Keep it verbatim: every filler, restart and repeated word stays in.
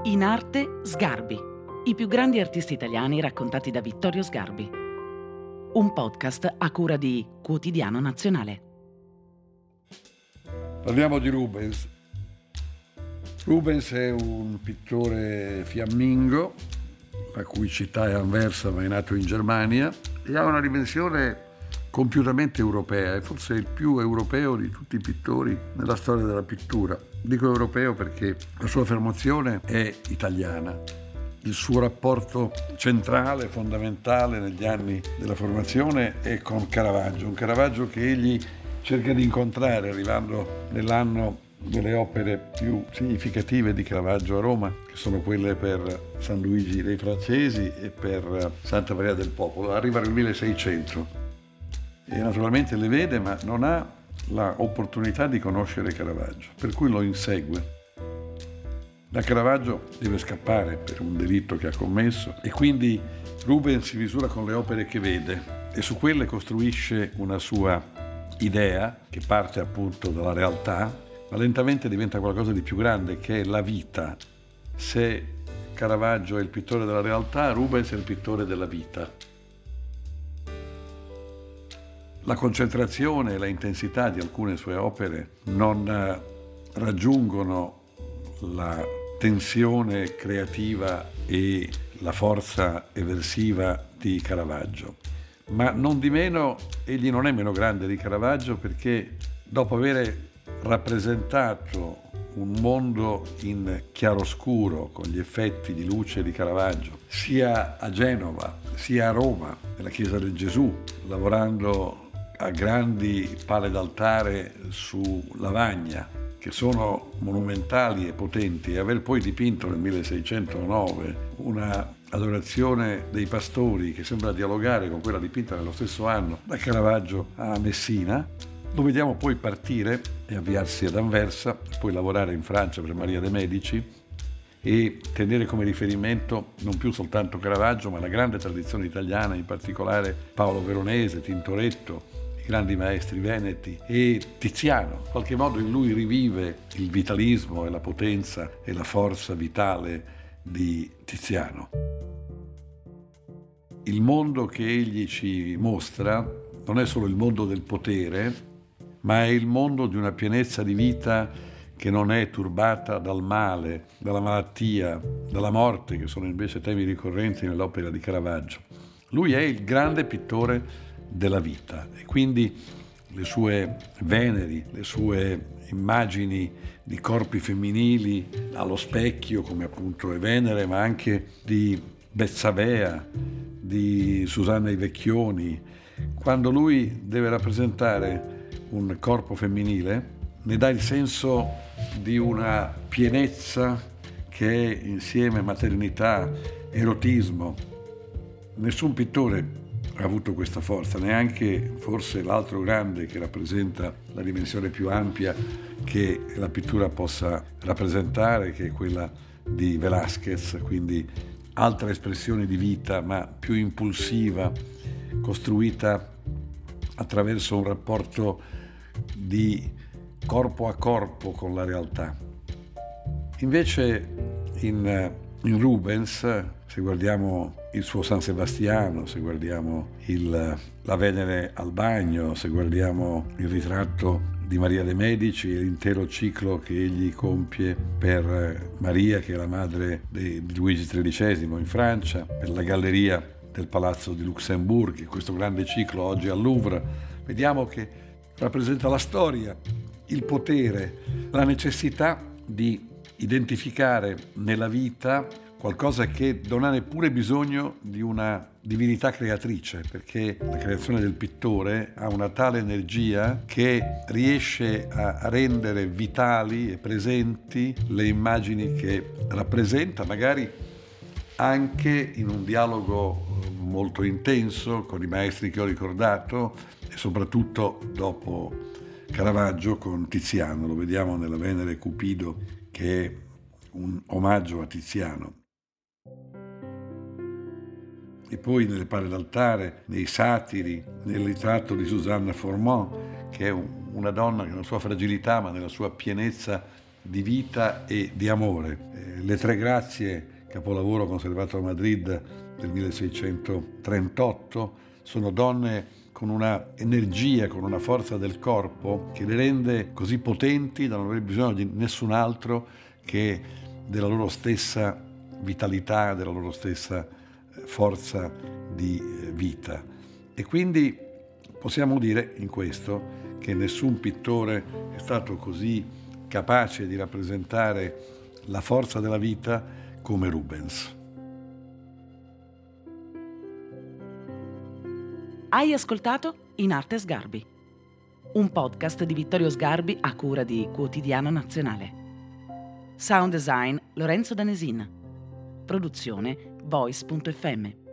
In arte Sgarbi, i più grandi artisti italiani raccontati da Vittorio Sgarbi. Un podcast a cura di Quotidiano Nazionale. Parliamo di Rubens. Rubens è un pittore fiammingo, la cui città è Anversa, ma è nato in Germania, e ha una dimensione compiutamente europea, è forse il più europeo di tutti i pittori nella storia della pittura. Dico europeo perché la sua formazione è italiana. Il suo rapporto centrale, fondamentale negli anni della formazione è con Caravaggio, un Caravaggio che egli cerca di incontrare arrivando nell'anno delle opere più significative di Caravaggio a Roma, che sono quelle per San Luigi dei Francesi e per Santa Maria del Popolo. Arriva nel milleseicento e naturalmente le vede, ma non ha l'opportunità di conoscere Caravaggio, per cui lo insegue. Da Caravaggio deve scappare per un delitto che ha commesso e quindi Rubens si misura con le opere che vede e su quelle costruisce una sua idea che parte appunto dalla realtà, ma lentamente diventa qualcosa di più grande, che è la vita. Se Caravaggio è il pittore della realtà, Rubens è il pittore della vita. La concentrazione e la intensità di alcune sue opere non raggiungono la tensione creativa e la forza eversiva di Caravaggio, ma non di meno egli non è meno grande di Caravaggio, perché dopo aver rappresentato un mondo in chiaroscuro con gli effetti di luce di Caravaggio, sia a Genova sia a Roma, nella chiesa del Gesù, lavorando a grandi pale d'altare su lavagna, che sono monumentali e potenti, e aver poi dipinto nel milleseicentonove una adorazione dei pastori che sembra dialogare con quella dipinta nello stesso anno da Caravaggio a Messina. Lo vediamo poi partire e avviarsi ad Anversa, poi lavorare in Francia per Maria de' Medici e tenere come riferimento non più soltanto Caravaggio, ma la grande tradizione italiana, in particolare Paolo Veronese, Tintoretto, i grandi maestri veneti e Tiziano. In qualche modo in lui rivive il vitalismo e la potenza e la forza vitale di Tiziano. Il mondo che egli ci mostra non è solo il mondo del potere, ma è il mondo di una pienezza di vita che non è turbata dal male, dalla malattia, dalla morte, che sono invece temi ricorrenti nell'opera di Caravaggio. Lui è il grande pittore della vita e quindi le sue Veneri, le sue immagini di corpi femminili allo specchio, come appunto è Venere, ma anche di Betsabea, di Susanna i Vecchioni. Quando lui deve rappresentare un corpo femminile, ne dà il senso di una pienezza che è insieme maternità, erotismo. Nessun pittore ha avuto questa forza, neanche forse l'altro grande che rappresenta la dimensione più ampia che la pittura possa rappresentare, che è quella di Velázquez, quindi altra espressione di vita, ma più impulsiva, costruita attraverso un rapporto di corpo a corpo con la realtà. Invece in, in Rubens, se guardiamo il suo San Sebastiano, se guardiamo il, la Venere al bagno, se guardiamo il ritratto di Maria de' Medici e l'intero ciclo che egli compie per Maria, che è la madre di Luigi tredicesimo in Francia, per la galleria del Palazzo di Luxembourg, questo grande ciclo oggi al Louvre, vediamo che rappresenta la storia, il potere, la necessità di identificare nella vita qualcosa che non ha neppure bisogno di una divinità creatrice, perché la creazione del pittore ha una tale energia che riesce a rendere vitali e presenti le immagini che rappresenta, magari anche in un dialogo molto intenso con i maestri che ho ricordato e soprattutto dopo Caravaggio con Tiziano. Lo vediamo nella Venere Cupido, che è un omaggio a Tiziano. E poi nelle pale d'altare, nei satiri, nel ritratto di Suzanne Formant, che è un, una donna che nella sua fragilità ma nella sua pienezza di vita e di amore. Eh, Le Tre Grazie, capolavoro conservato a Madrid del milleseicentotrentotto, sono donne con una energia, con una forza del corpo che le rende così potenti da non aver bisogno di nessun altro che della loro stessa vitalità, della loro stessa forza di vita. E quindi possiamo dire in questo che nessun pittore è stato così capace di rappresentare la forza della vita come Rubens. Hai ascoltato In Arte Sgarbi, un podcast di Vittorio Sgarbi a cura di Quotidiano Nazionale. Sound design Lorenzo Danesin. Produzione voice punto effe emme.